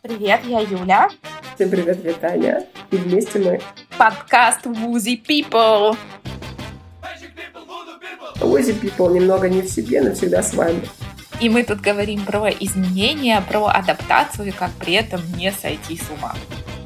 Привет, я Юля. Всем привет, я Таня. И вместе мы подкаст Woozy People. Woozy People немного не в себе, но всегда с вами. И мы тут говорим про изменения, про адаптацию, как при этом не сойти с ума.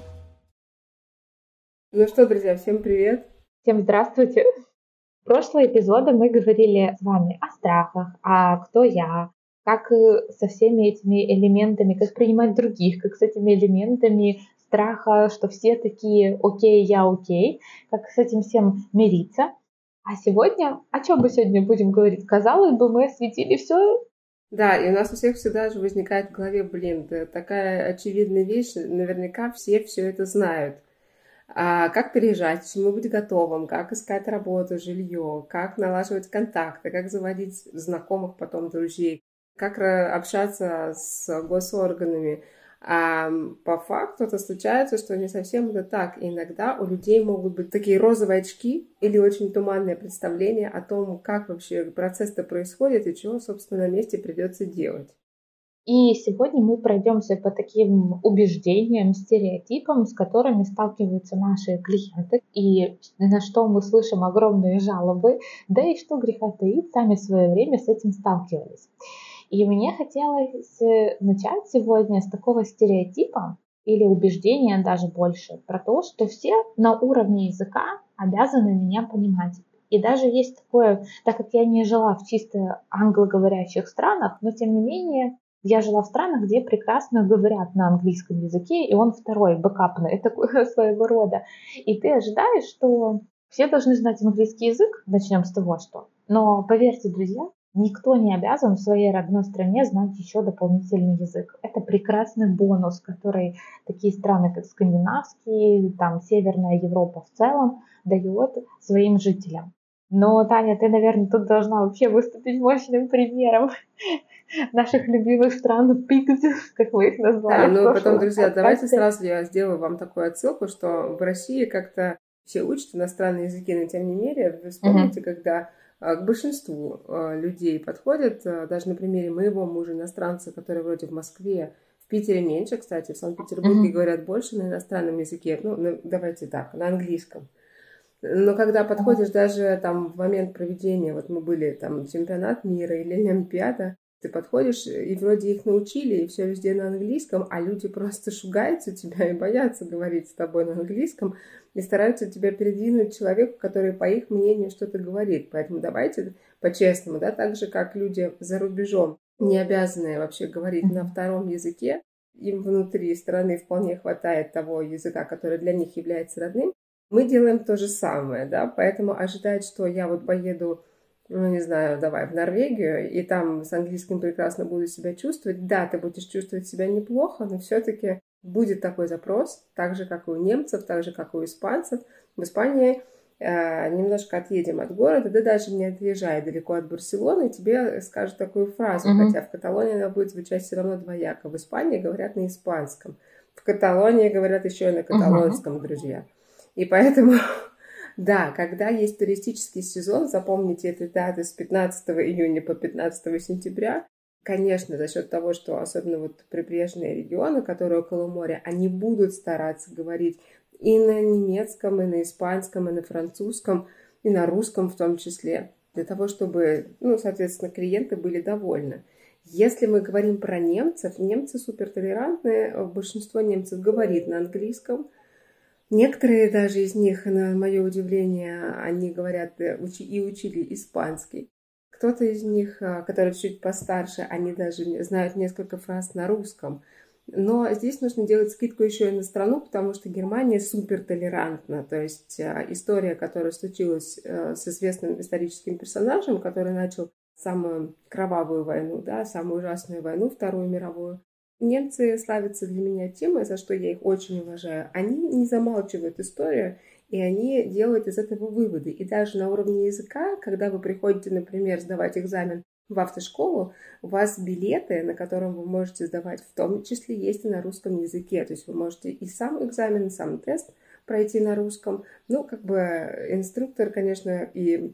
Ну что, друзья, всем привет. Всем здравствуйте. В прошлые эпизоды мы говорили с вами о страхах, кто я, как со всеми этими элементами, как принимать других, как с этими элементами страха, что все такие окей, я окей, как с этим всем мириться. А сегодня, о чем мы сегодня будем говорить? Казалось бы, мы осветили все. Да, и у нас у всех всегда же возникает в голове, да, такая очевидная вещь, наверняка все это знают. Как переезжать, к чему быть готовым, как искать работу, жилье, как налаживать контакты, как заводить знакомых, потом друзей, как общаться с госорганами. А по факту это случается, что не совсем это так. И иногда у людей могут быть такие розовые очки или очень туманное представление о том, как вообще процесс-то происходит и чего, собственно, на месте придется делать. И сегодня мы пройдемся по таким убеждениям, стереотипам, с которыми сталкиваются наши клиенты, и на что мы слышим огромные жалобы, да и что греха таить, сами в свое время с этим сталкивались. И мне хотелось начать сегодня с такого стереотипа или убеждения даже больше, про то, что все на уровне языка обязаны меня понимать. И даже есть такое, так как я не жила в чисто англоговорящих странах, но тем не менее, я жила в странах, где прекрасно говорят на английском языке, и он второй, бэкапный, такой своего рода. И ты ожидаешь, что все должны знать английский язык, начнем с того, что. Но поверьте, друзья, никто не обязан в своей родной стране знать еще дополнительный язык. Это прекрасный бонус, который такие страны, как скандинавские, там Северная Европа в целом, дает своим жителям. Но, Таня, ты, наверное, тут должна вообще выступить мощным примером наших любимых стран PIGS, как мы их назвали. Да, потом, друзья, давайте сразу я сделаю вам такую отсылку, что в России как-то все учат иностранные языки, но тем не менее, вы вспомните, когда к большинству людей подходят, даже на примере моего мужа, иностранца, который вроде в Москве, в Питере меньше, кстати, в Санкт-Петербурге говорят больше на иностранном языке, давайте так, на английском. Но когда подходишь даже там в момент проведения, вот мы были там чемпионат мира или Олимпиада, ты подходишь, и вроде их научили, и все везде на английском, а люди просто шугаются тебя и боятся говорить с тобой на английском, и стараются тебя передвинуть человеку, который, по их мнению, что-то говорит. Поэтому давайте по-честному, да, так же, как люди за рубежом не обязаны вообще говорить на втором языке, им внутри страны вполне хватает того языка, который для них является родным, мы делаем то же самое, да, поэтому ожидать, что я вот поеду, не знаю, давай в Норвегию, и там с английским прекрасно буду себя чувствовать. Да, ты будешь чувствовать себя неплохо, но все-таки будет такой запрос, так же, как и у немцев, так же, как и у испанцев. В Испании немножко отъедем от города, да даже не отъезжая далеко от Барселоны, тебе скажут такую фразу, хотя в Каталонии она будет звучать все равно двояко. В Испании говорят на испанском, в Каталонии говорят еще и на каталонском, друзья. И поэтому, да, когда есть туристический сезон, запомните эти даты с 15 июня по 15 сентября, конечно, за счет того, что особенно вот прибрежные регионы, которые около моря, они будут стараться говорить и на немецком, и на испанском, и на французском, и на русском в том числе, для того, чтобы, соответственно, клиенты были довольны. Если мы говорим про немцев, немцы супертолерантные, большинство немцев говорит на английском. Некоторые даже из них, на мое удивление, они говорят и учили испанский. Кто-то из них, которые чуть постарше, они даже знают несколько фраз на русском. Но здесь нужно делать скидку еще и на страну, потому что Германия супертолерантна. То есть история, которая случилась с известным историческим персонажем, который начал самую кровавую войну, да, самую ужасную войну, Вторую мировую. Немцы славятся для меня тем, за что я их очень уважаю. Они не замалчивают историю, и они делают из этого выводы. И даже на уровне языка, когда вы приходите, например, сдавать экзамен в автошколу, у вас билеты, на котором вы можете сдавать, в том числе есть и на русском языке. То есть вы можете и сам экзамен, и сам тест пройти на русском. Инструктор, конечно, и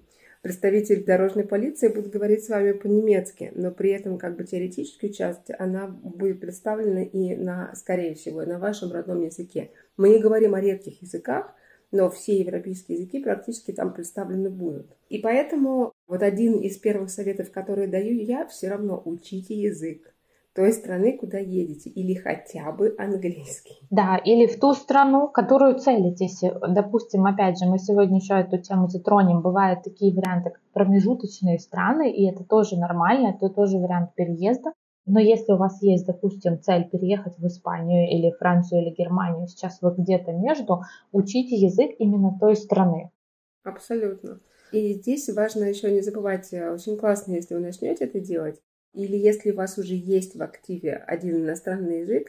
представитель дорожной полиции будет говорить с вами по-немецки, но при этом как бы теоретическую часть она будет представлена и скорее всего, на вашем родном языке. Мы не говорим о редких языках, но все европейские языки практически там представлены будут. И поэтому вот один из первых советов, которые даю я, все равно учите язык той страны, куда едете, или хотя бы английский. Да, или в ту страну, которую целитесь. Допустим, опять же, мы сегодня еще эту тему затронем. Бывают такие варианты, как промежуточные страны, и это тоже нормально, это тоже вариант переезда. Но если у вас есть, допустим, цель переехать в Испанию или Францию или Германию, сейчас вы где-то между, учите язык именно той страны. Абсолютно. И здесь важно еще не забывать, очень классно, если вы начнете это делать, или если у вас уже есть в активе один иностранный язык,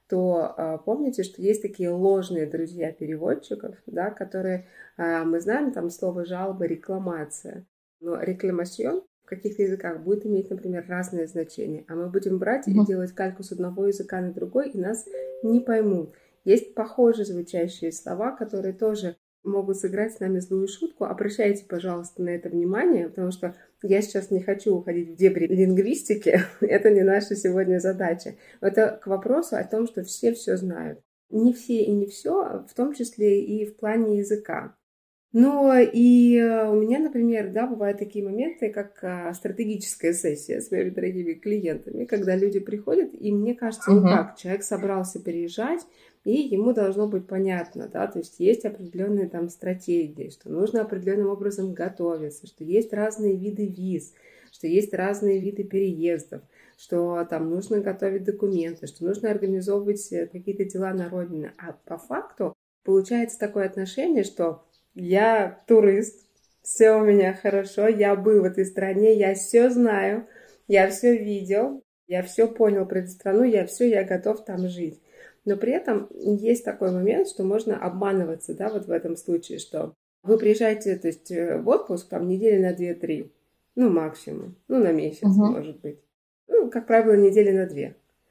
то помните, что есть такие ложные друзья переводчиков, да, которые, мы знаем там слово жалоба, рекламация, но рекламацион в каких-то языках будет иметь, например, разное значение, а мы будем брать и делать кальку с одного языка на другой, и нас не поймут. Есть похожие звучащие слова, которые тоже могут сыграть с нами злую шутку. Обращайте, пожалуйста, на это внимание, потому что я сейчас не хочу уходить в дебри лингвистики. Это не наша сегодня задача. Это к вопросу о том, что все знают. Не все и не все, в том числе и в плане языка. Но и у меня, например, да, бывают такие моменты, как стратегическая сессия с моими дорогими клиентами, когда люди приходят, и мне кажется, ну как, человек собрался переезжать, и ему должно быть понятно, да, то есть определенные там стратегии, что нужно определенным образом готовиться, что есть разные виды виз, что есть разные виды переездов, что там нужно готовить документы, что нужно организовывать какие-то дела на родине. А по факту получается такое отношение, что я турист, все у меня хорошо, я был в этой стране, я все знаю, я все видел, я все понял про эту страну, я готов там жить. Но при этом есть такой момент, что можно обманываться, да, вот в этом случае, что вы приезжаете, то есть в отпуск там недели на 2-3, ну максимум, ну на месяц, может быть. Ну, как правило, недели на 2.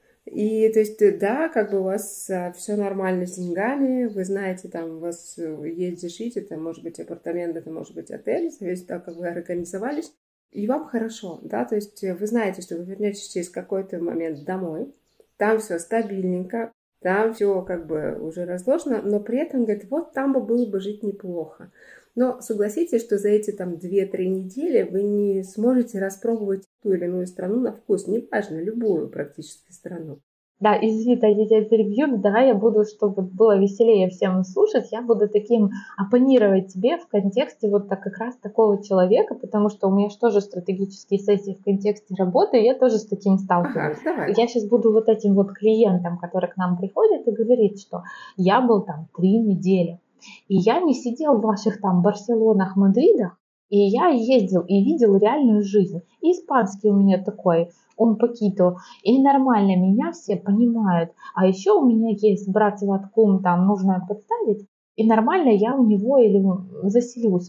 И то есть, да, как бы у вас все нормально с деньгами, вы знаете, там у вас есть где жить, это может быть апартамент, это может быть отель, зависит от того, как вы организовались, и вам хорошо, да, то есть вы знаете, что вы вернетесь через какой-то момент домой, там все стабильненько, там все как бы уже разложено, но при этом, говорит, вот там бы было бы жить неплохо. Но согласитесь, что за эти там 2-3 недели вы не сможете распробовать ту или иную страну на вкус, неважно, любую практически страну. Да, извини, я тебя перебью, но давай я буду, чтобы было веселее всем слушать, я буду таким оппонировать тебе в контексте вот так, как раз такого человека, потому что у меня же тоже стратегические сессии в контексте работы, и я тоже с таким сталкиваюсь. Давай. Я сейчас буду вот этим вот клиентом, который к нам приходит и говорит, что я был там 3 недели, и я не сидел в ваших там Барселонах, Мадридах, и я ездил и видел реальную жизнь. И испанский у меня такой, un poquito, и нормально меня все понимают. А еще у меня есть брат Ваткум, там нужно подставить, и нормально я у него или заселюсь.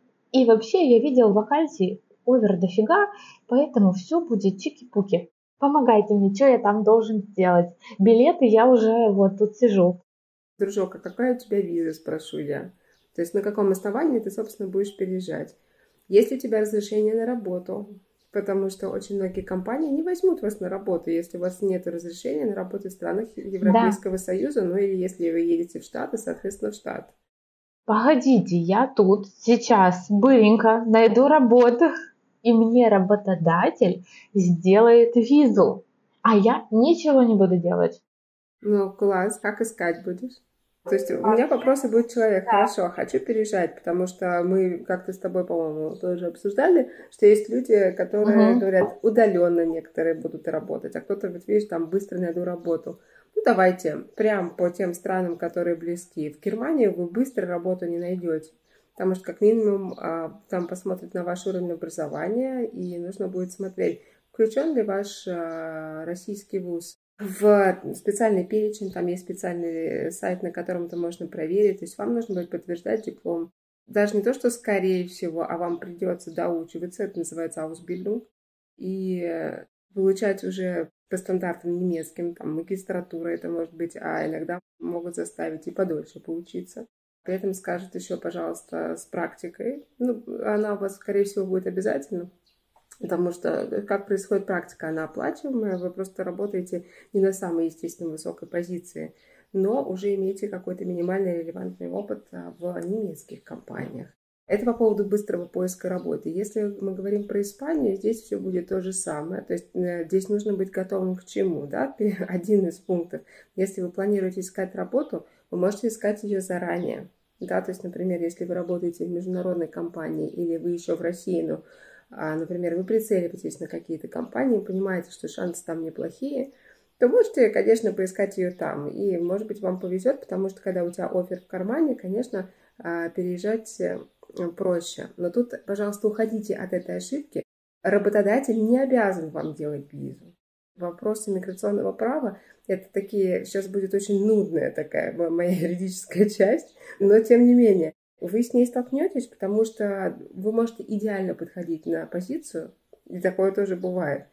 И вообще я видел вакансий овер дофига, поэтому все будет чики-пуки. Помогайте мне, что я там должен сделать? Билеты я уже вот тут сижу. Дружок, а какая у тебя виза, спрошу я? То есть на каком основании ты, собственно, будешь переезжать? Есть ли у тебя разрешение на работу? Потому что очень многие компании не возьмут вас на работу, если у вас нет разрешения на работу в странах Европейского Союза, ну или если вы едете в Штаты, соответственно, в Штат. Погодите, я тут сейчас быренько найду работу, и мне работодатель сделает визу, а я ничего не буду делать. Ну, класс, как искать будешь? То есть у меня вопросы будет человек, хорошо, хочу переезжать, потому что мы как-то с тобой, по-моему, тоже обсуждали, что есть люди, которые говорят, удаленно некоторые будут работать, а кто-то, вот видишь, там быстро найду работу. Ну, давайте, прям по тем странам, которые близки. В Германии вы быстро работу не найдете, потому что, как минимум, там посмотрят на ваш уровень образования, и нужно будет смотреть, включен ли ваш российский вуз в специальный перечень, там есть специальный сайт, на котором это можно проверить, то есть вам нужно будет подтверждать диплом. Даже не то, что скорее всего, а вам придется доучиваться, это называется Ausbildung, и получать уже по стандартам немецким, там магистратура это может быть, а иногда могут заставить и подольше поучиться. При этом скажут еще, пожалуйста, с практикой. Ну, она у вас, скорее всего, будет обязательно. Потому что как происходит практика, она оплачиваемая, вы просто работаете не на самой, естественно, высокой позиции, но уже имеете какой-то минимальный релевантный опыт в немецких компаниях. Это по поводу быстрого поиска работы. Если мы говорим про Испанию, здесь все будет то же самое. То есть здесь нужно быть готовым к чему, да? Один из пунктов. Если вы планируете искать работу, вы можете искать ее заранее. Да? То есть, например, если вы работаете в международной компании или вы еще в России, но например, вы прицеливаетесь на какие-то компании, понимаете, что шансы там неплохие, то можете, конечно, поискать ее там. И, может быть, вам повезет, потому что, когда у тебя оффер в кармане, конечно, переезжать проще. Но тут, пожалуйста, уходите от этой ошибки. Работодатель не обязан вам делать визу. Вопросы миграционного права – это такие, сейчас будет очень нудная такая моя юридическая часть, но тем не менее. Вы с ней столкнетесь, потому что вы можете идеально подходить на позицию, и такое тоже бывает.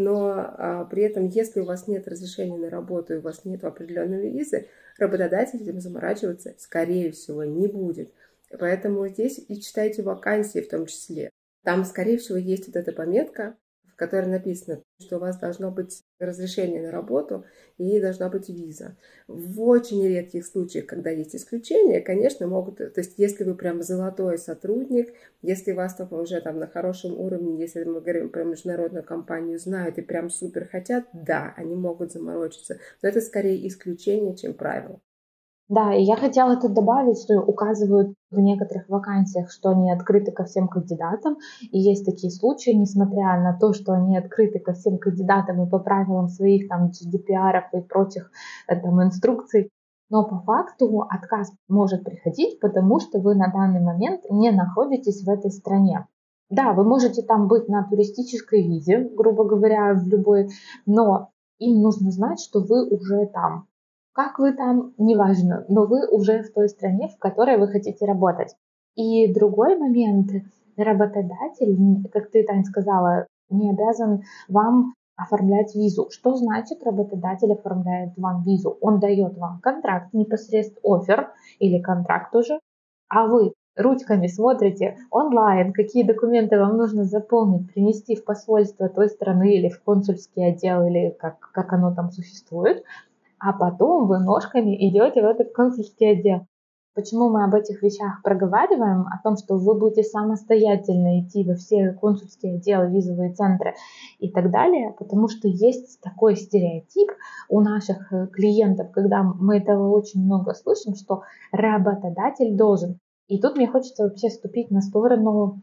Но при этом, если у вас нет разрешения на работу и у вас нет определенной визы, работодатель этим заморачиваться, скорее всего, не будет. Поэтому здесь и читайте вакансии в том числе. Там, скорее всего, есть вот эта пометка, в которой написано, что у вас должно быть разрешение на работу и должна быть виза. В очень редких случаях, когда есть исключения, конечно, могут... То есть, если вы прям золотой сотрудник, если вас там уже там на хорошем уровне, если мы говорим про международную компанию, знают и прям супер хотят, да, они могут заморочиться. Но это скорее исключение, чем правило. Да, и я хотела тут добавить, что указывают в некоторых вакансиях, что они открыты ко всем кандидатам, и есть такие случаи, несмотря на то, что они открыты ко всем кандидатам и по правилам своих там GDPR и прочих там инструкций, но по факту отказ может приходить, потому что вы на данный момент не находитесь в этой стране. Да, вы можете там быть на туристической визе, грубо говоря, в любой, но им нужно знать, что вы уже там. Как вы там, неважно, но вы уже в той стране, в которой вы хотите работать. И другой момент, работодатель, как ты, Тань, сказала, не обязан вам оформлять визу. Что значит работодатель оформляет вам визу? Он дает вам контракт, непосредственно оффер или контракт уже, а вы ручками смотрите онлайн, какие документы вам нужно заполнить, принести в посольство той страны или в консульский отдел, или как оно там существует, а потом вы ножками идете в этот консульский отдел. Почему мы об этих вещах проговариваем, о том, что вы будете самостоятельно идти во все консульские отделы, визовые центры и так далее, потому что есть такой стереотип у наших клиентов, когда мы этого очень много слышим, что работодатель должен. И тут мне хочется вообще вступить на сторону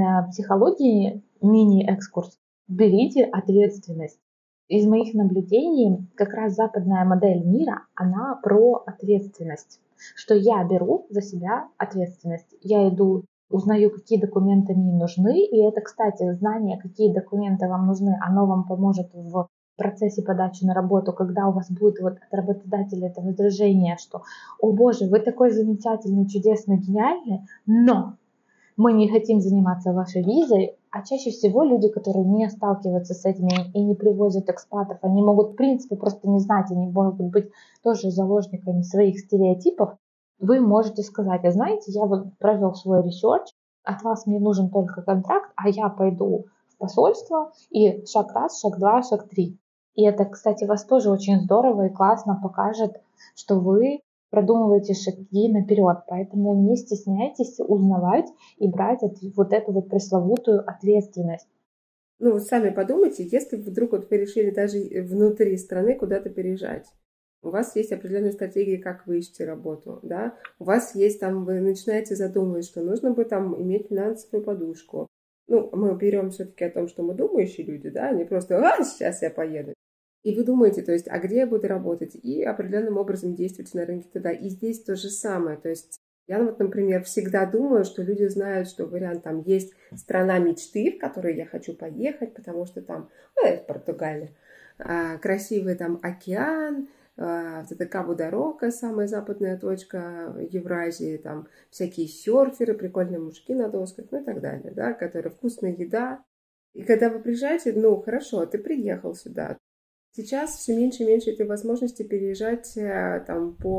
психологии, мини-экскурс. Берите ответственность. Из моих наблюдений как раз западная модель мира, она про ответственность, что я беру за себя ответственность. Я иду, узнаю, какие документы мне нужны, и это, кстати, знание, какие документы вам нужны, оно вам поможет в процессе подачи на работу, когда у вас будет вот от работодателя это возражение, что «О боже, вы такой замечательный, чудесный, гениальный, но мы не хотим заниматься вашей визой», а чаще всего люди, которые не сталкиваются с этим и не привозят экспатов, они могут в принципе просто не знать, они могут быть тоже заложниками своих стереотипов. Вы можете сказать: а знаете, я вот провел свой ресерч, от вас мне нужен только контракт, а я пойду в посольство и шаг раз, шаг два, шаг три. И это, кстати, вас тоже очень здорово и классно покажет, что вы продумываете шаги наперед, поэтому не стесняйтесь узнавать и брать вот эту вот пресловутую ответственность. Ну, вот сами подумайте, если вдруг вот вы решили даже внутри страны куда-то переезжать, у вас есть определенные стратегии, как вы ищете работу, да, у вас есть там, вы начинаете задумывать, что нужно бы там иметь финансовую подушку. Ну, мы берем все-таки о том, что мы думающие люди, да, не просто сейчас я поеду. И вы думаете, то есть, а где я буду работать? И определенным образом действуете на рынке туда. И здесь то же самое. То есть я вот, например, всегда думаю, что люди знают, что вариант там есть страна мечты, в которую я хочу поехать, потому что там, это Португалия, красивый там океан, вот это Кабу-де-Рока, самая западная точка Евразии, там всякие серферы, прикольные мужики на досках, ну и так далее, да, которые вкусная еда. И когда вы приезжаете, ну, хорошо, ты приехал сюда. Сейчас все меньше и меньше этой возможности переезжать там по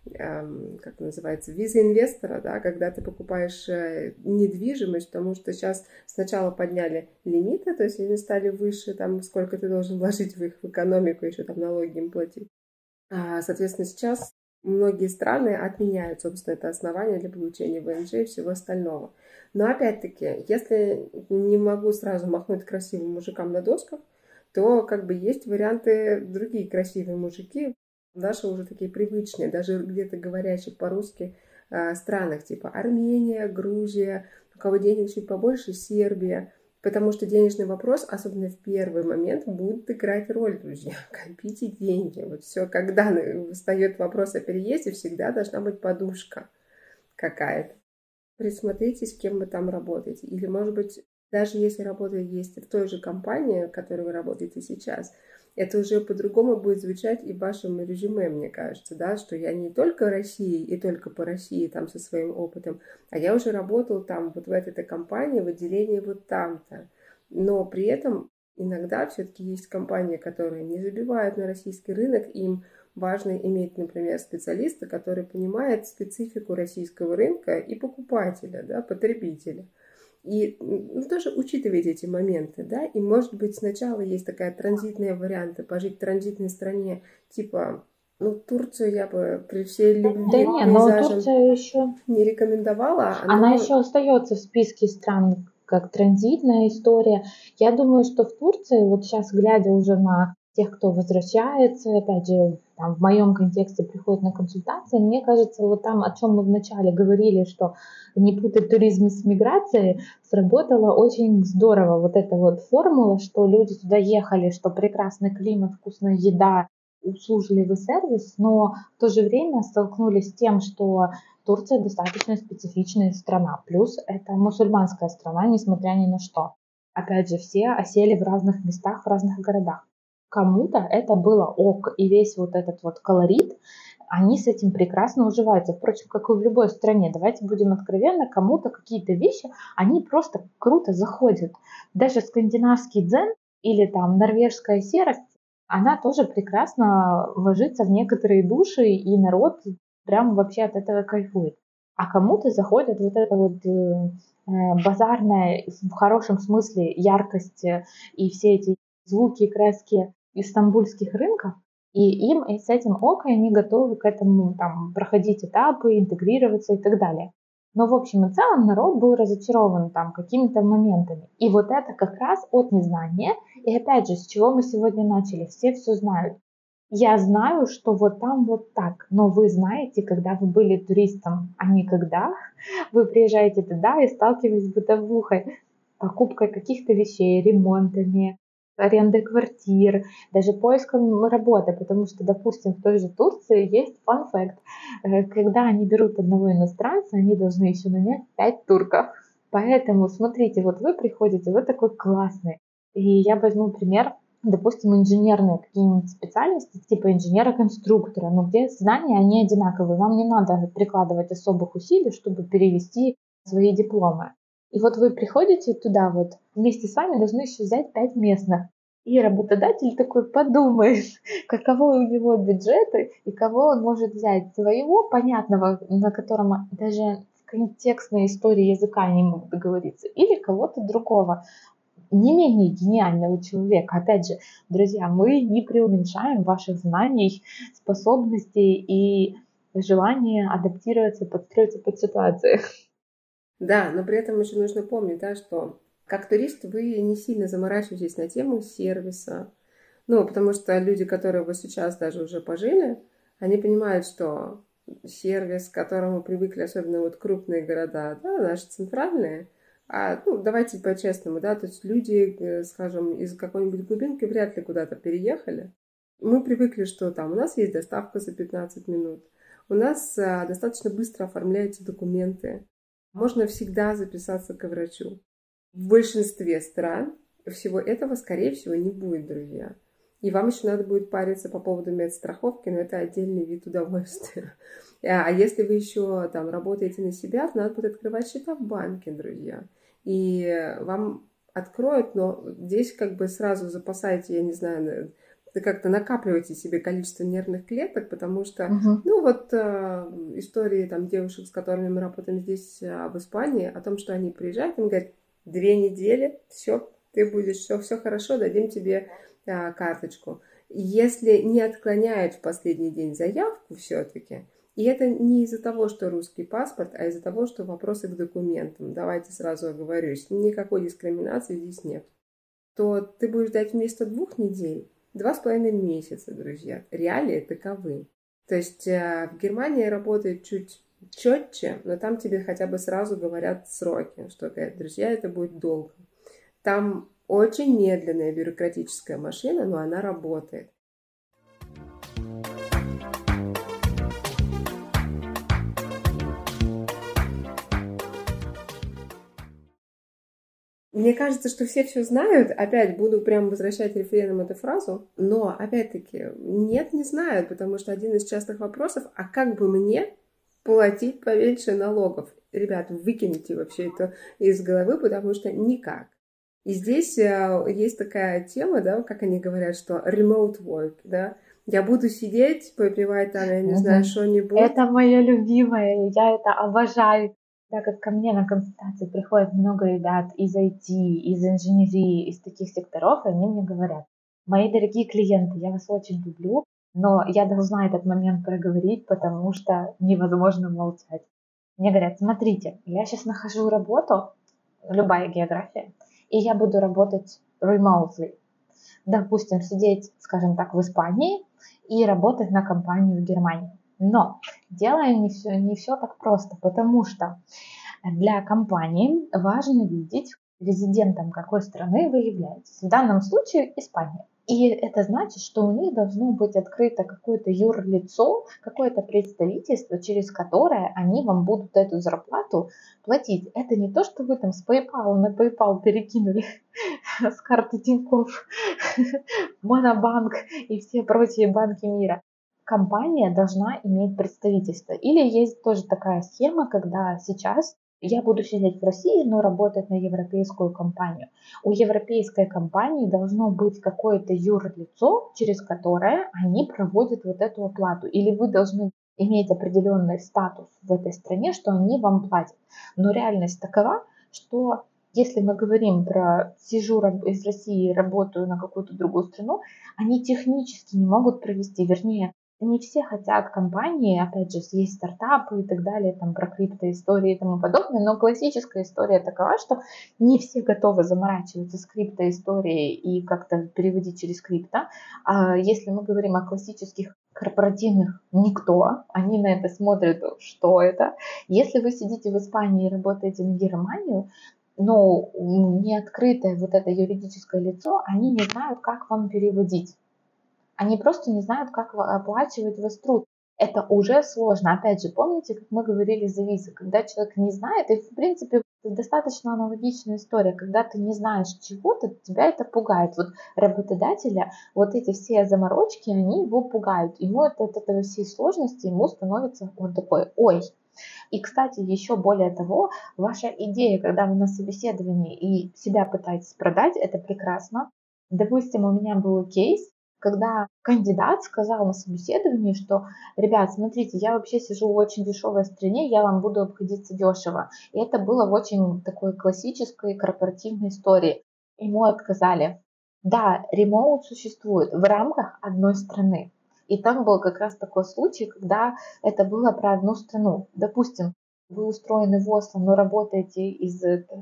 как называется, виза инвестора, да, когда ты покупаешь недвижимость, потому что сейчас сначала подняли лимиты, то есть они стали выше, там, сколько ты должен вложить в их экономику, еще там налоги им платить. Соответственно, сейчас многие страны отменяют, собственно, это основание для получения ВНЖ и всего остального. Но опять-таки, если не могу сразу махнуть красивым мужикам на досках, то как бы есть варианты другие красивые мужики, наши уже такие привычные, даже где-то говорящие по-русски странах, типа Армения, Грузия, у кого денег чуть побольше, Сербия. Потому что денежный вопрос, особенно в первый момент, будет играть роль, друзья. Копите деньги. Вот все, когда встает вопрос о переезде, всегда должна быть подушка какая-то. Присмотритесь, с кем вы там работаете. Или, может быть, даже если работа есть в той же компании, в которой вы работаете сейчас, это уже по-другому будет звучать и в вашем резюме, мне кажется, да, что я не только России и только по России там со своим опытом, а я уже работал там вот в этой-то компании, в отделении вот там-то. Но при этом иногда все-таки есть компании, которые не забивают на российский рынок, им важно иметь, например, специалиста, который понимает специфику российского рынка и покупателя, да, потребителя. И тоже учитывайте эти моменты, да, и может быть сначала есть такая транзитная варианта, пожить в транзитной стране, типа, Турцию я бы при всей любви Да не, но Турция еще не рекомендовала. Она еще остается в списке стран как транзитная история. Я думаю, что в Турции, вот сейчас глядя уже на тех, кто возвращается, опять же, там, в моем контексте приходит на консультации, мне кажется, вот там, о чем мы вначале говорили, что не путать туризм с миграцией, сработала очень здорово вот эта вот формула, что люди туда ехали, что прекрасный климат, вкусная еда, услужливый сервис, но в то же время столкнулись с тем, что Турция достаточно специфичная страна, плюс это мусульманская страна, несмотря ни на что. Опять же, все осели в разных местах, в разных городах. Кому-то это было ок, и весь вот этот вот колорит, они с этим прекрасно уживаются. Впрочем, как и в любой стране, давайте будем откровенны, кому-то какие-то вещи, они просто круто заходят. Даже скандинавский дзен или там норвежская серость, она тоже прекрасно ложится в некоторые души, и народ прям вообще от этого кайфует. А кому-то заходит вот это вот базарная, в хорошем смысле, яркость и все эти звуки, краски из стамбульских рынков, и им с этим ок, и они готовы к этому там, проходить этапы, интегрироваться и так далее. Но в общем и целом народ был разочарован там какими-то моментами. И вот это как раз от незнания. И опять же, с чего мы сегодня начали? Все знают. Я знаю, что вот там вот так, но вы знаете, когда вы были туристом, а не когда вы приезжаете туда и сталкиваетесь с бытовухой, покупкой каких-то вещей, ремонтами, арендой квартир, даже поиском работы, потому что, допустим, в той же Турции есть fun fact. Когда они берут одного иностранца, они должны еще нанять 5 турков. Поэтому, смотрите, вот вы приходите, вы такой классный. И я возьму пример, допустим, инженерные какие-нибудь специальности, типа инженера-конструктора, но где знания, они одинаковые. Вам не надо прикладывать особых усилий, чтобы перевести свои дипломы. И вот вы приходите туда, вот вместе с вами должны еще взять 5 местных. И работодатель такой подумает, каково у него бюджеты и кого он может взять. Своего, понятного, на котором даже в контекстной истории языка не могут договориться, или кого-то другого, не менее гениального человека. Опять же, друзья, мы не преуменьшаем ваших знаний, способностей и желания адаптироваться, подстроиться под ситуацию. Да, но при этом еще нужно помнить, да, что как турист вы не сильно заморачиваетесь на тему сервиса. Потому что люди, которые вот сейчас даже уже пожили, они понимают, что сервис, к которому привыкли, особенно вот крупные города, да, наши центральные, давайте по-честному, да, то есть люди, скажем, из какой-нибудь глубинки вряд ли куда-то переехали. Мы привыкли, что там у нас есть доставка за 15 минут, у нас достаточно быстро оформляются документы, можно всегда записаться к врачу. В большинстве стран всего этого, скорее всего, не будет, друзья. И вам еще надо будет париться по поводу медстраховки, но это отдельный вид удовольствия. А если вы еще там работаете на себя, то надо будет открывать счета в банке, друзья. И вам откроют, но здесь как бы сразу запасайте, я не знаю, как-то накапливаете себе количество нервных клеток, потому что, истории там девушек, с которыми мы работаем здесь, в Испании, о том, что они приезжают, им говорят, 2 недели, все, ты будешь, все хорошо, дадим тебе карточку. Если не отклоняют в последний день заявку все-таки, и это не из-за того, что русский паспорт, а из-за того, что вопросы к документам, давайте сразу оговорюсь, никакой дискриминации здесь нет, то ты будешь ждать вместо 2 недель 2,5 месяца, друзья. Реалии таковы. То есть в Германии работает чуть четче, но там тебе хотя бы сразу говорят сроки, что, друзья, это будет долго. Там очень медленная бюрократическая машина, но она работает. Мне кажется, что все знают. Опять буду прям возвращать рефреном эту фразу. Но, опять-таки, нет, не знают, потому что один из частых вопросов, а как бы мне платить поменьше налогов? Ребят, выкиньте вообще это из головы, потому что никак. И здесь есть такая тема, да, как они говорят, что remote work, да. Я буду сидеть, попивать там, я не знаю, что-нибудь. Это мое любимое, я это обожаю. Так как ко мне на консультации приходит много ребят из IT, из инженерии, из таких секторов, и они мне говорят, мои дорогие клиенты, я вас очень люблю, но я должна этот момент проговорить, потому что невозможно молчать. Мне говорят, смотрите, я сейчас нахожу работу, любая география, и я буду работать remotely. Допустим, сидеть, скажем так, в Испании и работать на компанию в Германии. Но делаем не все так просто, потому что для компании важно видеть, резидентом какой страны вы являетесь. В данном случае Испания. И это значит, что у них должно быть открыто какое-то юрлицо, какое-то представительство, через которое они вам будут эту зарплату платить. Это не то, что вы там с PayPal на PayPal перекинули с карты Тинькофф, Монобанк и все прочие банки мира. Компания должна иметь представительство. Или есть тоже такая схема, когда сейчас я буду сидеть в России, но работать на европейскую компанию. У европейской компании должно быть какое-то юрлицо, через которое они проводят вот эту оплату. Или вы должны иметь определенный статус в этой стране, что они вам платят. Но реальность такова, что если мы говорим про сижу из России, работаю на какую-то другую страну, они технически не могут провести, вернее, не все хотят компании, опять же, есть стартапы и так далее, там про криптоистории и тому подобное, но классическая история такова, что не все готовы заморачиваться с криптоисторией и как-то переводить через крипто. А если мы говорим о классических корпоративных, никто, они на это смотрят, что это. Если вы сидите в Испании и работаете на Германию, но не открытое вот это юридическое лицо, они не знают, как вам переводить. Они просто не знают, как оплачивать ваш труд. Это уже сложно. Опять же, помните, как мы говорили за визы, когда человек не знает, и в принципе достаточно аналогичная история, когда ты не знаешь чего-то, тебя это пугает. Вот работодателя, вот эти все заморочки, они его пугают. Ему от этого всей сложности, ему становится он такой, ой. И, кстати, еще более того, ваша идея, когда вы на собеседовании и себя пытаетесь продать, это прекрасно. Допустим, у меня был кейс, когда кандидат сказал на собеседовании, что, ребят, смотрите, я вообще сижу в очень дешевой стране, я вам буду обходиться дешево. И это было в очень такой классической корпоративной истории. Ему отказали. Да, ремоут существует в рамках одной страны. И там был как раз такой случай, когда это было про одну страну. Допустим, вы устроены в Осло, но работаете из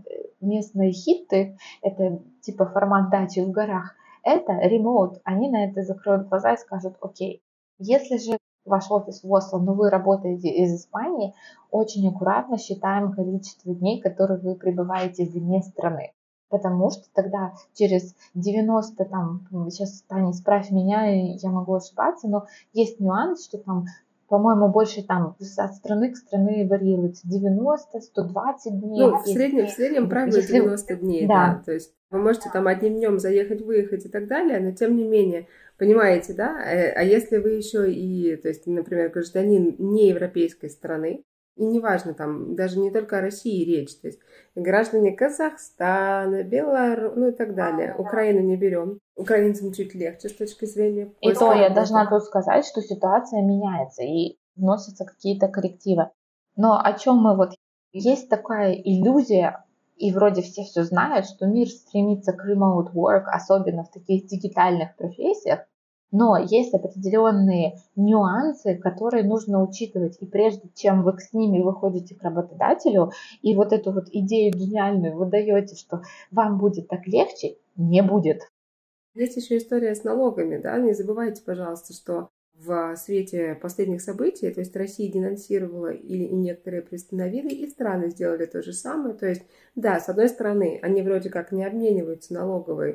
местной хитты, это типа формат дачи в горах, это ремоут. Они на это закроют глаза и скажут, окей. Если же ваш офис в Осло, но вы работаете из Испании, очень аккуратно считаем количество дней, которые вы пребываете вне страны. Потому что тогда через 90, там, сейчас, Таня, исправь меня, я могу ошибаться, но есть нюанс, что там, по-моему, больше там от страны к стране варьируется 90, 120 дней. Ну, в среднем правило 90 дней, да. То есть вы можете там одним днем заехать, выехать и так далее, но тем не менее, понимаете, да? А если вы еще и, то есть, например, гражданин неевропейской страны, и неважно, там, даже не только о России речь, то есть граждане Казахстана, Беларуси, ну и так далее, Украину не берем. Украинцам чуть легче с точки зрения И поиска то я работы. должна тут сказать, что ситуация меняется и вносятся какие-то коррективы. Но о чем мы вот... Есть такая иллюзия, и вроде все знают, что мир стремится к remote work, особенно в таких дигитальных профессиях, но есть определенные нюансы, которые нужно учитывать. И прежде чем вы с ними выходите к работодателю, и вот эту вот идею гениальную вы даете, что вам будет так легче, не будет. Есть еще история с налогами, да, не забывайте, пожалуйста, что в свете последних событий, то есть Россия денонсировала и некоторые приостановили, и страны сделали то же самое. То есть, да, с одной стороны, они вроде как не обмениваются налоговой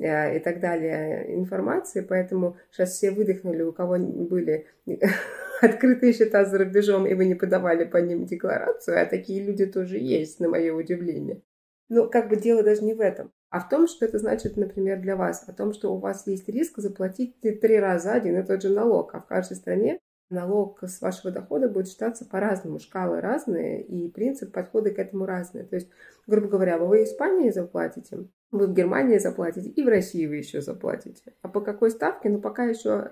и так далее информацией, поэтому сейчас все выдохнули, у кого были открытые счета за рубежом, и вы не подавали по ним декларацию, а такие люди тоже есть, на мое удивление. Но как бы дело даже не в этом, а в том, что это значит, например, для вас, о том, что у вас есть риск заплатить 3 раза один и тот же налог, а в каждой стране налог с вашего дохода будет считаться по-разному, шкалы разные, и принцип подхода к этому разный. То есть, грубо говоря, вы в Испании заплатите, вы в Германии заплатите, и в России вы еще заплатите. А по какой ставке? Ну, пока еще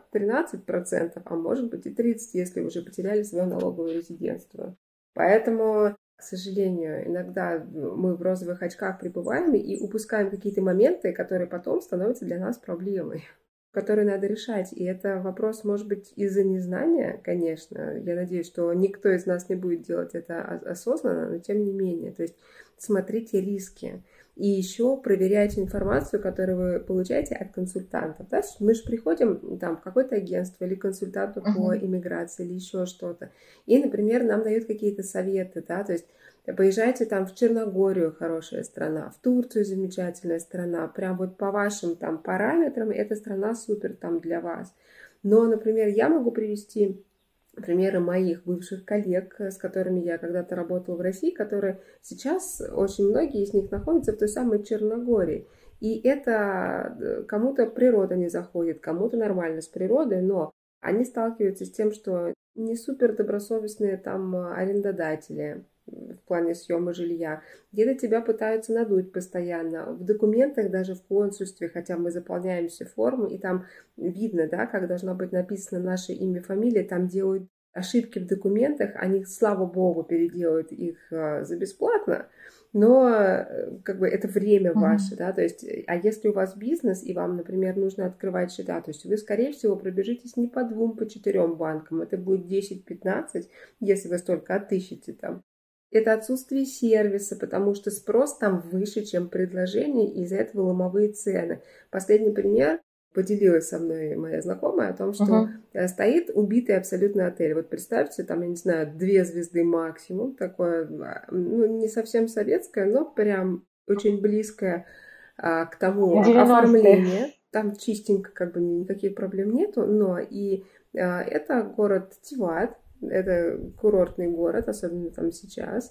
13%, а может быть и 30%, если уже потеряли свое налоговое резидентство. Поэтому, к сожалению, иногда мы в розовых очках пребываем и упускаем какие-то моменты, которые потом становятся для нас проблемой, которые надо решать. И это вопрос, может быть, из-за незнания, конечно. Я надеюсь, что никто из нас не будет делать это осознанно, но тем не менее. То есть смотрите риски. И еще проверяйте информацию, которую вы получаете от консультантов. Да? Мы же приходим там, в какое-то агентство или консультанту по иммиграции или еще что-то. И, например, нам дают какие-то советы. Да? То есть поезжайте там в Черногорию, хорошая страна, в Турцию замечательная страна. Прям вот по вашим там параметрам эта страна супер там для вас. Но, например, я могу привести примеры моих бывших коллег, с которыми я когда-то работала в России, которые сейчас, очень многие из них находятся в той самой Черногории. И это кому-то природа не заходит, кому-то нормально с природой, но они сталкиваются с тем, что не супер добросовестные там арендодатели в плане съема жилья. Где-то тебя пытаются надуть постоянно. В документах, даже в консульстве, хотя мы заполняем все формы, и там видно, да, как должно быть написано наше имя, фамилия, там делают ошибки в документах, они, слава богу, переделают их за бесплатно, но как бы это время ваше, да, то есть, а если у вас бизнес, и вам, например, нужно открывать счета, то есть вы, скорее всего, пробежитесь не по 2, по 4 банкам, это будет 10-15, если вы столько отыщете там. Это отсутствие сервиса, потому что спрос там выше, чем предложение, и из-за этого ломовые цены. Последний пример поделилась со мной моя знакомая о том, что стоит убитый абсолютно отель. Вот представьте, там, я не знаю, 2 звезды максимум, такое, ну, не совсем советское, но прям очень близкое к тому 90-е. оформлению. Там чистенько, как бы никаких проблем нету, но и это город Тиват. Это курортный город, особенно там сейчас.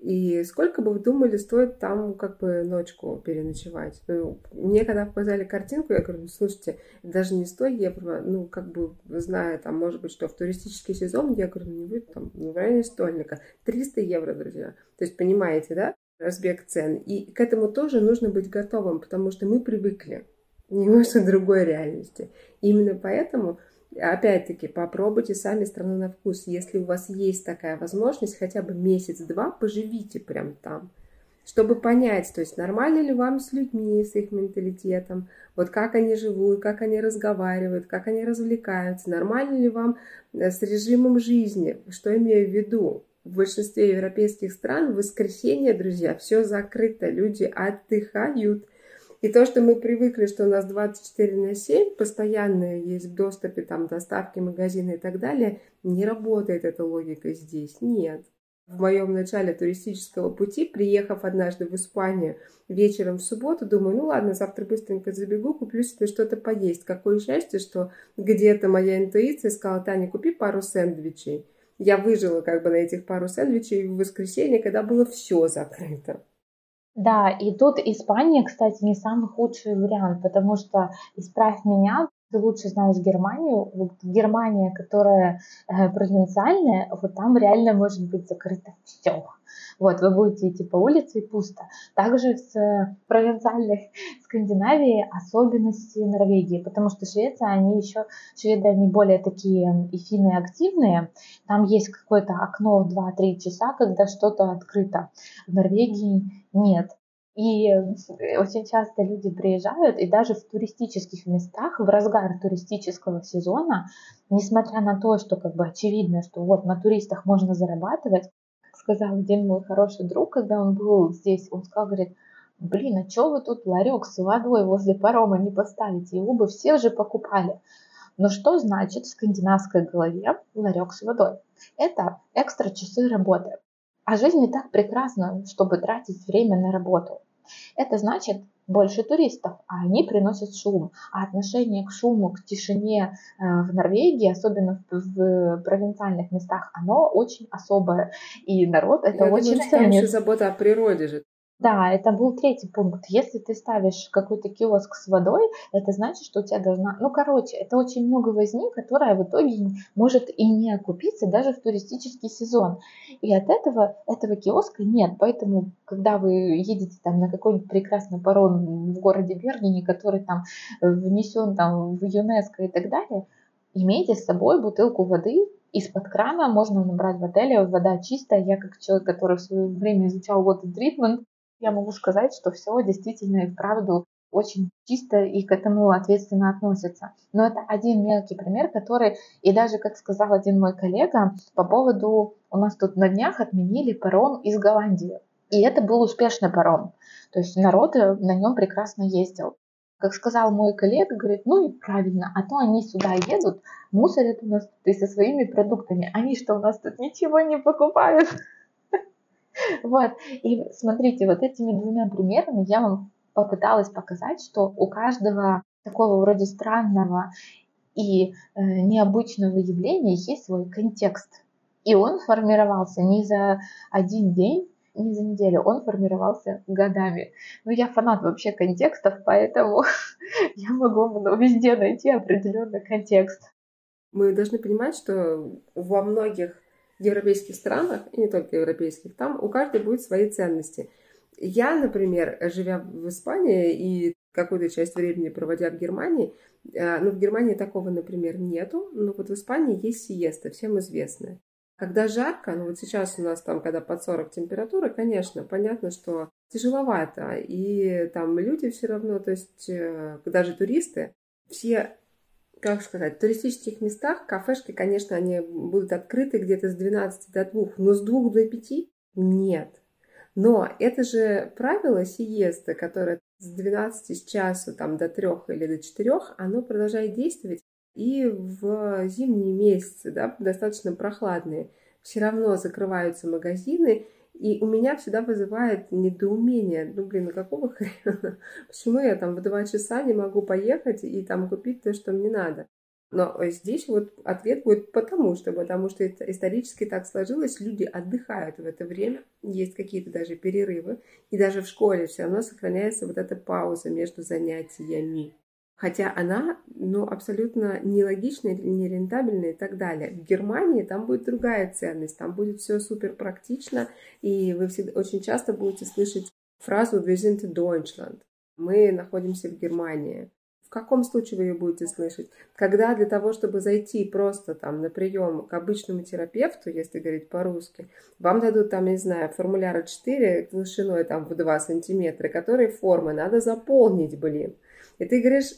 И сколько бы вы думали, стоит там как бы ночку переночевать? Ну, мне когда показали картинку, я говорю, ну, слушайте, даже не 100 евро, ну, как бы, зная, там, может быть, что в туристический сезон, я говорю, ну, не будет там, ну, в районе стольника. 300 евро, друзья. То есть, понимаете, да, разбег цен. И к этому тоже нужно быть готовым, потому что мы привыкли немножко к другой реальности. И именно поэтому... Опять-таки, попробуйте сами страну на вкус. Если у вас есть такая возможность, хотя бы месяц-два поживите прям там, чтобы понять, то есть нормально ли вам с людьми, с их менталитетом, вот как они живут, как они разговаривают, как они развлекаются, нормально ли вам с режимом жизни, что имею в виду. В большинстве европейских стран в воскресенье, друзья, все закрыто, люди отдыхают. И то, что мы привыкли, что у нас 24/7, постоянно есть в доступе там, доставки, магазины и так далее, не работает эта логика здесь. Нет. В моем начале туристического пути, приехав однажды в Испанию вечером в субботу, думаю, ну ладно, завтра быстренько забегу, куплю себе что-то поесть. Какое счастье, что где-то моя интуиция сказала, Таня, купи пару сэндвичей. Я выжила как бы на этих пару сэндвичей в воскресенье, когда было все закрыто. Да, и тут Испания, кстати, не самый худший вариант, потому что, исправь меня, ты лучше знаешь Германию, вот Германия, которая провинциальная, вот там реально может быть закрыто все. Вот, вы будете идти по улице и пусто. Также в провинциальной Скандинавии особенности Норвегии, потому что Швеция, шведы, они более такие и финны активные. Там есть какое-то окно в 2-3 часа, когда что-то открыто. В Норвегии нет. И очень часто люди приезжают, и даже в туристических местах, в разгар туристического сезона, несмотря на то, что как бы очевидно, что вот на туристах можно зарабатывать, как сказал один мой хороший друг, когда он был здесь, он сказал, говорит, блин, а что вы тут ларек с водой возле парома не поставите? Его бы все же покупали. Но что значит в скандинавской голове ларек с водой? Это экстра часы работы. А жизнь не так прекрасна, чтобы тратить время на работу. Это значит больше туристов, а они приносят шум. А отношение к шуму, к тишине в Норвегии, особенно в провинциальных местах, оно очень особое. И народ это очень ценит. Там еще забота о природе же. Да, это был третий пункт. Если ты ставишь какой-то киоск с водой, это значит, что у тебя должна... это очень много возни, которая в итоге может и не окупиться даже в туристический сезон. И от этого киоска нет. Поэтому, когда вы едете там на какой-нибудь прекрасный паром в городе Бергене, который там внесен там в ЮНЕСКО и так далее, имейте с собой бутылку воды. Из-под крана можно набрать в отеле, вода чистая. Я как человек, который в свое время изучал water treatment, я могу сказать, что все действительно и вправду очень чисто и к этому ответственно относятся. Но это один мелкий пример, который, и даже, как сказал один мой коллега, по поводу, у нас тут на днях отменили паром из Голландии. И это был успешный паром. То есть народ на нем прекрасно ездил. Как сказал мой коллега, говорит, ну и правильно, а то они сюда едут, мусорят у нас тут и со своими продуктами. Они что, у нас тут ничего не покупают? Вот, и смотрите, вот этими двумя примерами я вам попыталась показать, что у каждого такого вроде странного и необычного явления есть свой контекст. И он формировался не за один день, не за неделю, он формировался годами. Но я фанат вообще контекстов, поэтому я могу везде найти определенный контекст. Мы должны понимать, что во многих европейских странах, и не только европейских, там у каждой будет свои ценности. Я, например, живя в Испании и какую-то часть времени проводя в Германии, в Германии такого, например, нету, но вот в Испании есть сиеста, всем известная. Когда жарко, вот сейчас у нас там, когда под 40 температура, конечно, понятно, что тяжеловато, и там люди все равно, то есть даже туристы, все... Как сказать, в туристических местах кафешки, конечно, они будут открыты где-то с 12 до 2, но с 2 до 5 нет. Но это же правило сиесты, которое с 12 с часу там, до 3 или до 4, оно продолжает действовать и в зимние месяцы, да, достаточно прохладные. Все равно закрываются магазины, и у меня всегда вызывает недоумение. А какого хрена? Почему я там в 2 часа не могу поехать и там купить то, что мне надо? Но здесь вот ответ будет потому что это исторически так сложилось, люди отдыхают в это время, есть какие-то даже перерывы, и даже в школе все равно сохраняется вот эта пауза между занятиями. Хотя она, абсолютно нелогичная, нерентабельная и так далее. В Германии там будет другая ценность, там будет все супер практично, и вы очень часто будете слышать фразу «Wir sind in Deutschland». Мы находимся в Германии. В каком случае вы ее будете слышать? Когда для того, чтобы зайти просто там на прием к обычному терапевту, если говорить по-русски, вам дадут там, я не знаю, формуляр А4 толщиной там в 2 сантиметра, которые формы надо заполнить, И ты говоришь,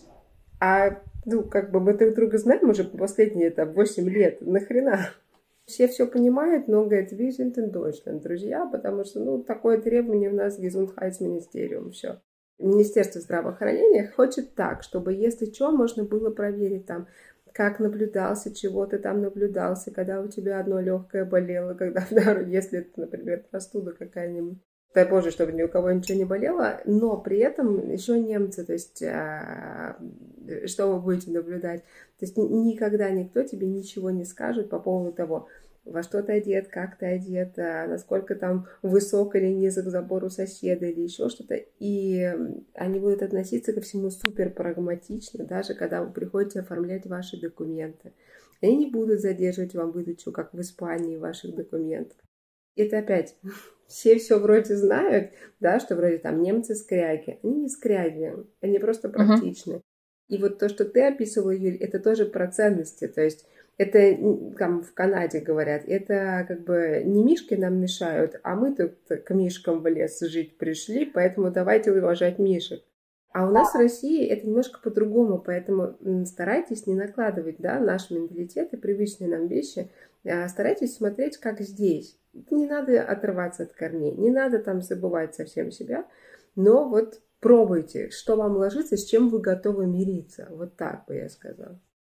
мы друг друга знаем уже последние 8 лет, нахрена? Все понимают, но говорят, wir sind in Deutschland, друзья, потому что, такое требование у нас Gesundheitsministerium, все. Министерство здравоохранения хочет так, чтобы, если что, можно было проверить там, как наблюдался, чего ты там наблюдался, когда у тебя одно легкое болело, когда второе, если это, например, простуда какая-нибудь. Дай Боже, чтобы ни у кого ничего не болело, но при этом еще немцы, то есть что вы будете наблюдать. То есть никогда никто тебе ничего не скажет по поводу того, во что ты одет, как ты одет, насколько там высок или низок забор у соседа или еще что-то. И они будут относиться ко всему супер прагматично, даже когда вы приходите оформлять ваши документы. Они не будут задерживать вам выдачу, как в Испании, ваших документов. Это опять, все вроде знают, да, что вроде там немцы скряги. Они не скряги, они просто практичны. И вот то, что ты описывала, Юль, это тоже про ценности. То есть это там в Канаде говорят, это как бы не мишки нам мешают, а мы тут к мишкам в лес жить пришли, поэтому давайте уважать мишек. А у нас в России это немножко по-другому, поэтому старайтесь не накладывать, да, наш менталитет и привычные нам вещи, старайтесь смотреть, как здесь. Не надо отрываться от корней, не надо там забывать совсем себя, но вот пробуйте, что вам ложится, с чем вы готовы мириться. Вот так бы я сказала.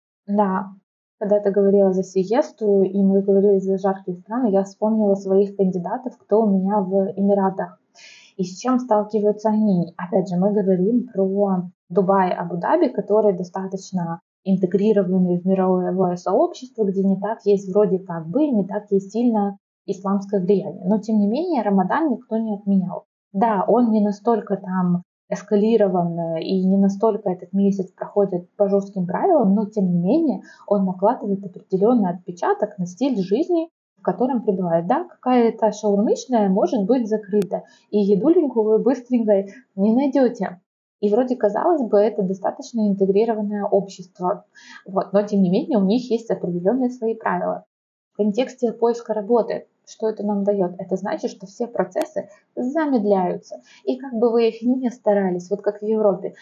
Да, когда ты говорила за сиесту, и мы говорили за жаркие страны, я вспомнила своих кандидатов, кто у меня в Эмиратах. И с чем сталкиваются они? Опять же, мы говорим про Дубай, Абу-Даби, которые достаточно интегрированы в мировое сообщество, где не так есть вроде как бы, не так есть сильно исламское влияние. Но, тем не менее, Рамадан никто не отменял. Да, он не настолько там эскалирован и не настолько этот месяц проходит по жестким правилам, но, тем не менее, он накладывает определенный отпечаток на стиль жизни, в котором пребывает. Да, какая-то шаурмичная может быть закрыта, и едуленьку вы быстренько не найдете. И вроде, казалось бы, это достаточно интегрированное общество. Вот. Но, тем не менее, у них есть определенные свои правила. В контексте поиска работы, что это нам дает? Это значит, что все процессы замедляются. И как бы вы их ни старались, вот как в Европе,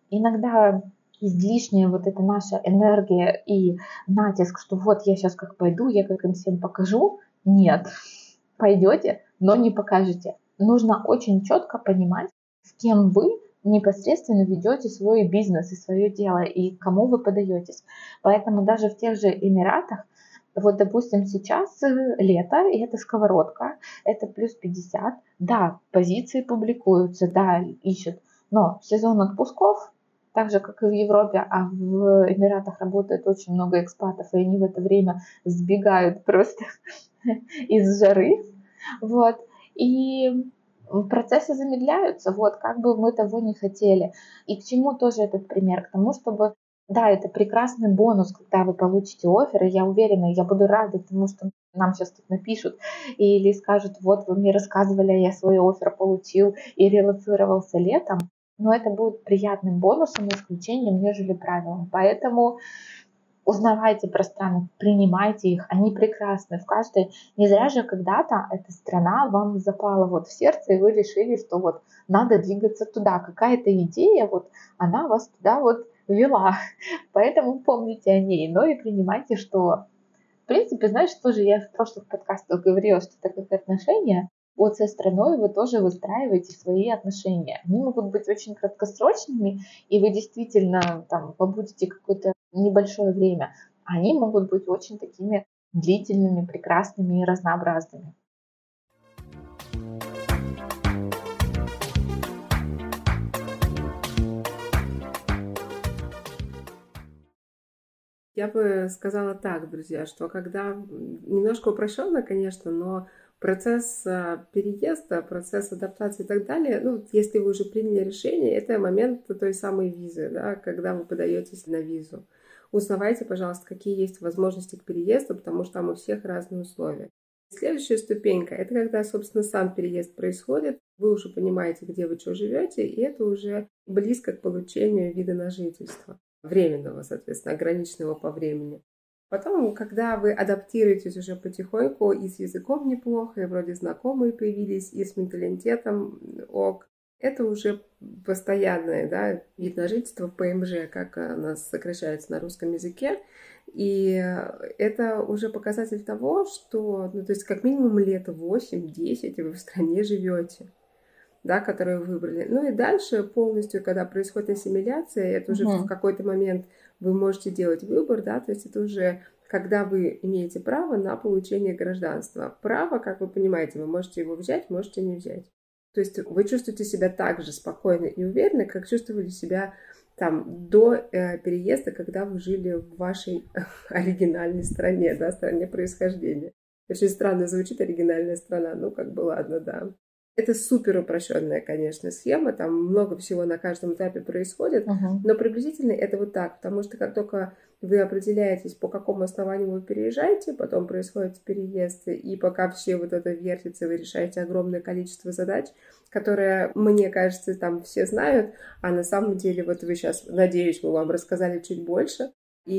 иногда излишняя вот эта наша энергия и натиск, что вот я сейчас как пойду, я как им всем покажу. Нет, пойдете, но не покажете. Нужно очень четко понимать, с кем вы непосредственно ведете свой бизнес и свое дело, и к кому вы подаетесь. Поэтому даже в тех же Эмиратах, вот, допустим, сейчас лето, и это сковородка, это плюс 50. Да, позиции публикуются, да, ищут. Но сезон отпусков, так же, как и в Европе, а в Эмиратах работает очень много экспатов, и они в это время сбегают просто из жары. Вот. И процессы замедляются, вот, как бы мы того не хотели. И к чему тоже этот пример? К тому, чтобы, да, это прекрасный бонус, когда вы получите оффер, и я уверена, я буду рада тому, что нам сейчас тут напишут или скажут, вот, вы мне рассказывали, я свой оффер получил и релоцировался летом, но это будет приятным бонусом, исключением, нежели правилом. Поэтому узнавайте про страны, принимайте их, они прекрасны. В каждой, не зря же когда-то эта страна вам запала вот в сердце, и вы решили, что вот надо двигаться туда. Какая-то идея, вот она вас туда вот вела. Поэтому помните о ней, но и принимайте, что, в принципе, знаешь, тоже я в прошлых подкастах говорила, что это как отношения. Вот со страной вы тоже выстраиваете свои отношения. Они могут быть очень краткосрочными, и вы действительно там побудете какое-то небольшое время. Они могут быть очень такими длительными, прекрасными и разнообразными. Я бы сказала так, друзья, что когда немножко упрощенно, конечно, но процесс переезда, процесс адаптации и так далее, ну, если вы уже приняли решение, это момент той самой визы, да, когда вы подаетесь на визу. Узнавайте, пожалуйста, какие есть возможности к переезду, потому что там у всех разные условия. Следующая ступенька – это когда, собственно, сам переезд происходит, вы уже понимаете, где вы что живете, и это уже близко к получению вида на жительство. Временного, соответственно, ограниченного по времени. Потом, когда вы адаптируетесь уже потихоньку, и с языком неплохо, и вроде знакомые появились, и с менталитетом ок, это уже постоянное, да, вид на жительство в ПМЖ, как она сокращается на русском языке. И это уже показатель того, что, ну, то есть как минимум лет 8-10 вы в стране живете, да, которую вы выбрали. Ну и дальше полностью, когда происходит ассимиляция, это уже в какой-то момент вы можете делать выбор, да, то есть это уже когда вы имеете право на получение гражданства. Право, как вы понимаете, вы можете его взять, можете не взять. То есть вы чувствуете себя так же спокойно и уверенно, как чувствовали себя там до переезда, когда вы жили в вашей оригинальной стране, да, стране происхождения. Очень странно звучит оригинальная страна, ну как бы ладно, да. Это супер упрощенная, конечно, схема, там много всего на каждом этапе происходит, но приблизительно это вот так, потому что как только вы определяетесь, по какому основанию вы переезжаете, потом происходит переезд, и пока все вот это вертится, вы решаете огромное количество задач, которые, мне кажется, там все знают, а на самом деле вот вы сейчас, надеюсь, мы вам рассказали чуть больше,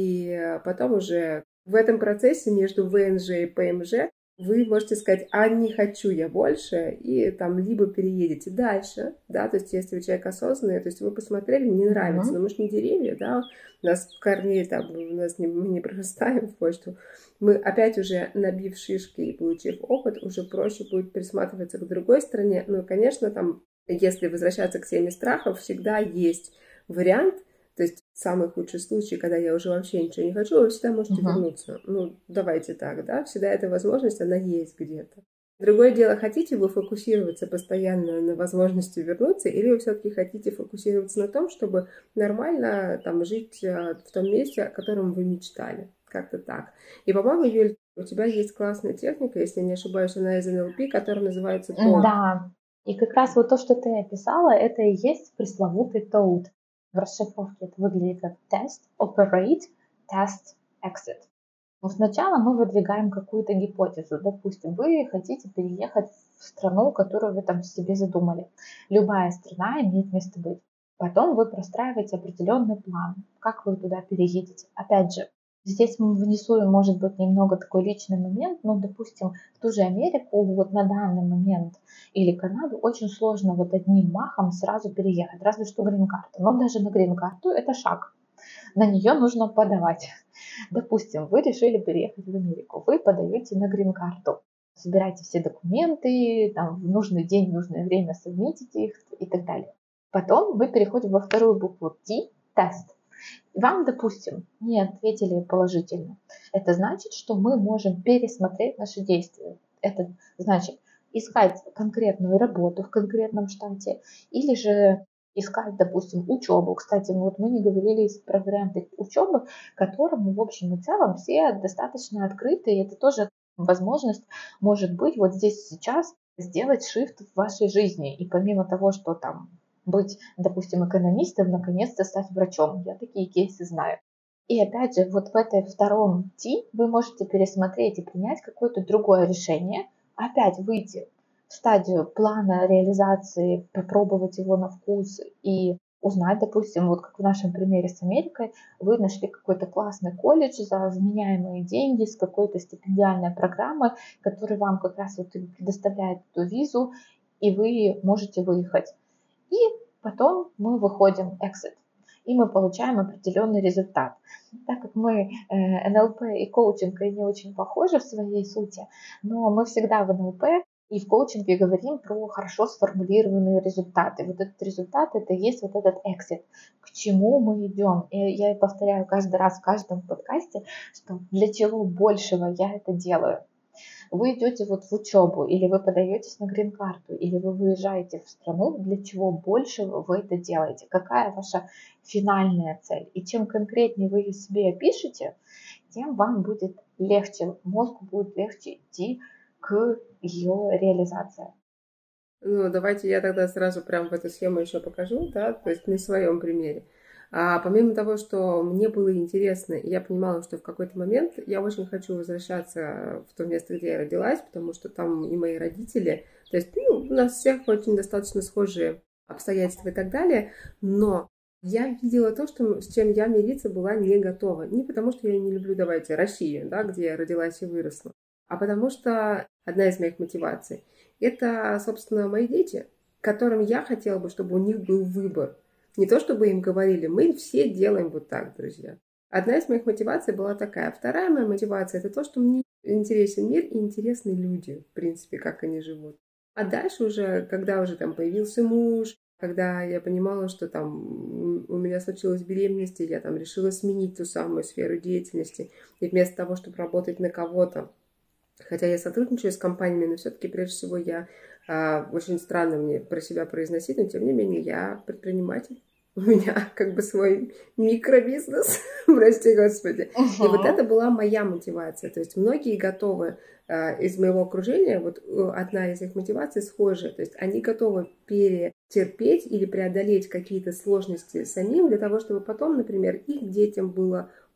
и потом уже в этом процессе между ВНЖ и ПМЖ вы можете сказать, а не хочу я больше, и там либо переедете дальше, да, то есть если вы человек осознанный, то есть вы посмотрели, не нравится, но мы же не деревья, да, у нас корней там, мы не прорастаем в почту, мы опять уже набив шишки и получив опыт, уже проще будет присматриваться к другой стране, ну, конечно, там, если возвращаться к теме страхов, всегда есть вариант. То есть самый худший случай, когда я уже вообще ничего не хочу, вы всегда можете вернуться. Ну, давайте так, да, всегда эта возможность, она есть где-то. Другое дело, хотите вы фокусироваться постоянно на возможности вернуться, или вы все-таки хотите фокусироваться на том, чтобы нормально там жить в том месте, о котором вы мечтали. Как-то так. И, по-моему, Юль, у тебя есть классная техника, если я не ошибаюсь, она из НЛП, которая называется TOAD. Да, и как раз вот то, что ты описала, это и есть пресловутый TOAD. В расшифровке это выглядит как Test, Operate, Test, Exit. Но сначала мы выдвигаем какую-то гипотезу. Допустим, вы хотите переехать в страну, которую вы там себе задумали. Любая страна имеет место быть. Потом вы простраиваете определенный план, как вы туда переедете. Опять же, здесь мы внесу, может быть, немного такой личный момент, но, допустим, в ту же Америку вот на данный момент или Канаду очень сложно вот одним махом сразу переехать, разве что грин-карта. Но даже на грин-карту это шаг. На нее нужно подавать. Допустим, вы решили переехать в Америку, вы подаете на грин-карту, собираете все документы, там, в нужный день, в нужное время сабмитите их и так далее. Потом вы переходите во вторую букву T, тест. Вам, допустим, не ответили положительно. Это значит, что мы можем пересмотреть наши действия. Это значит искать конкретную работу в конкретном штате или же искать, допустим, учебу. Кстати, вот мы не говорили про варианты учебы, к которым, в общем и целом, все достаточно открыты. И это тоже возможность, может быть, вот здесь сейчас сделать шифт в вашей жизни. И помимо того, что там быть, допустим, экономистом, наконец-то стать врачом. Я такие кейсы знаю. И опять же, вот в этой втором T вы можете пересмотреть и принять какое-то другое решение, опять выйти в стадию плана реализации, попробовать его на вкус и узнать, допустим, вот как в нашем примере с Америкой, вы нашли какой-то классный колледж за вменяемые деньги с какой-то стипендиальной программой, которая вам как раз вот предоставляет эту визу, и вы можете выехать. И потом мы выходим exit, и мы получаем определенный результат. Так как мы НЛП и коучинг не очень похожи в своей сути, но мы всегда в НЛП и в коучинге говорим про хорошо сформулированные результаты. Вот этот результат, это и есть вот этот exit. К чему мы идем? И я повторяю каждый раз в каждом подкасте, что для чего большего я это делаю. Вы идете вот в учебу, или вы подаетесь на грин-карту, или вы выезжаете в страну, для чего большего вы это делаете, какая ваша финальная цель. И чем конкретнее вы ее себе опишете, тем вам будет легче, мозгу будет легче идти к ее реализации. Ну, давайте я тогда сразу прям в эту схему еще покажу, да, то есть на своем примере. А помимо того, что мне было интересно, и я понимала, что в какой-то момент я очень хочу возвращаться в то место, где я родилась, потому что там и мои родители, то есть у нас всех очень достаточно схожие обстоятельства и так далее, но я видела то, с чем я мириться была не готова. Не потому, что я не люблю, давайте, Россию, да, где я родилась и выросла, а потому что одна из моих мотиваций – это, собственно, мои дети, которым я хотела бы, чтобы у них был выбор. Не то, чтобы им говорили, мы все делаем вот так, друзья. Одна из моих мотиваций была такая. Вторая моя мотивация – это то, что мне интересен мир и интересны люди, в принципе, как они живут. А дальше уже, когда уже там появился муж, когда я понимала, что там у меня случилась беременность, и я там решила сменить ту самую сферу деятельности, и вместо того, чтобы работать на кого-то, хотя я сотрудничаю с компаниями, но все-таки прежде всего я очень странно мне про себя произносить, но тем не менее я предприниматель. У меня как бы свой микробизнес, прости господи. И вот это была моя мотивация. То есть многие готовы из моего окружения, вот одна из их мотиваций схожая. То есть они готовы перетерпеть или преодолеть какие-то сложности самим для того, чтобы потом, например, их детям было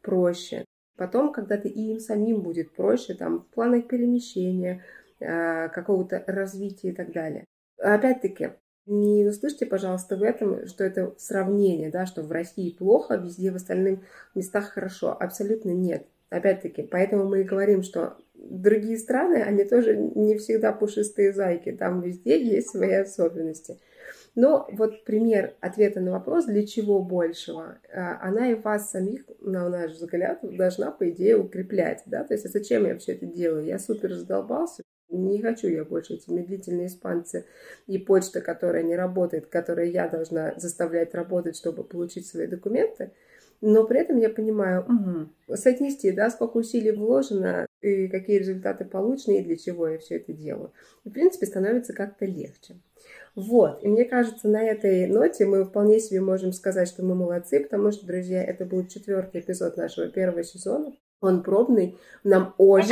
проще. Потом, когда-то и им самим будет проще, там, в планах перемещения, какого-то развития и так далее. Опять-таки, не услышьте, пожалуйста, в этом, что это сравнение, да, что в России плохо, везде в остальных местах хорошо. Абсолютно нет. Опять-таки, поэтому мы и говорим, что другие страны, они тоже не всегда пушистые зайки, там везде есть свои особенности. Но вот пример ответа на вопрос, для чего большего, она и вас самих, на наш взгляд, должна, по идее, укреплять. Да? То есть, зачем я все это делаю? Я супер задолбался, не хочу я больше эти медлительные испанцы и почта, которая не работает, которую я должна заставлять работать, чтобы получить свои документы. Но при этом я понимаю, соотнести, да, сколько усилий вложено, и какие результаты получены, и для чего я все это делаю. И, в принципе, становится как-то легче. Вот, и мне кажется, на этой ноте мы вполне себе можем сказать, что мы молодцы, потому что, друзья, это был 4-й эпизод нашего 1-го сезона. Он пробный, нам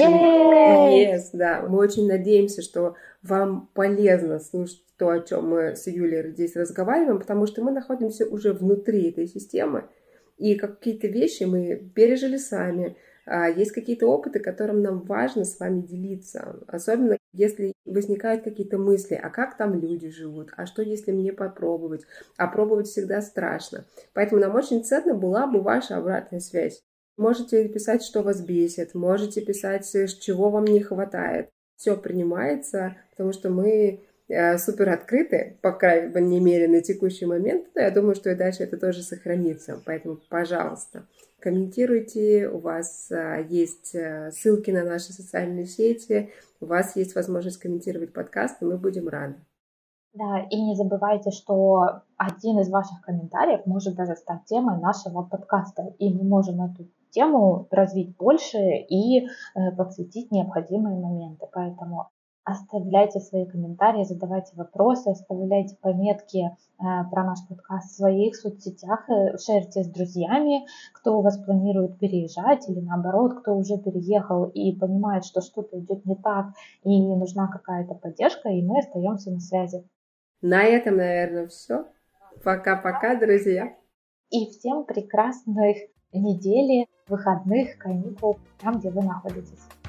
очень... да, мы очень надеемся, что вам полезно слушать то, о чем мы с Юлей здесь разговариваем, потому что мы находимся уже внутри этой системы, и какие-то вещи мы пережили сами. Есть какие-то опыты, которым нам важно с вами делиться. Особенно, если возникают какие-то мысли, а как там люди живут, а что, если мне попробовать? А пробовать всегда страшно. Поэтому нам очень ценна была бы ваша обратная связь. Можете писать, что вас бесит, можете писать, чего вам не хватает. Все принимается, потому что мы супер открыты, по крайней мере, на текущий момент. Но я думаю, что и дальше это тоже сохранится. Поэтому, пожалуйста, комментируйте. У вас есть ссылки на наши социальные сети, у вас есть возможность комментировать подкаст, и мы будем рады. Да, и не забывайте, что один из ваших комментариев может даже стать темой нашего подкаста, и мы можем эту тему развить больше и подсветить необходимые моменты. Поэтому оставляйте свои комментарии, задавайте вопросы, оставляйте пометки про наш подкаст в своих соцсетях, шерьте с друзьями, кто у вас планирует переезжать или наоборот, кто уже переехал и понимает, что что-то идет не так и нужна какая-то поддержка, и мы остаемся на связи. На этом, наверное, все. Пока-пока, друзья. И всем прекрасных недель, выходных, каникул, там, где вы находитесь.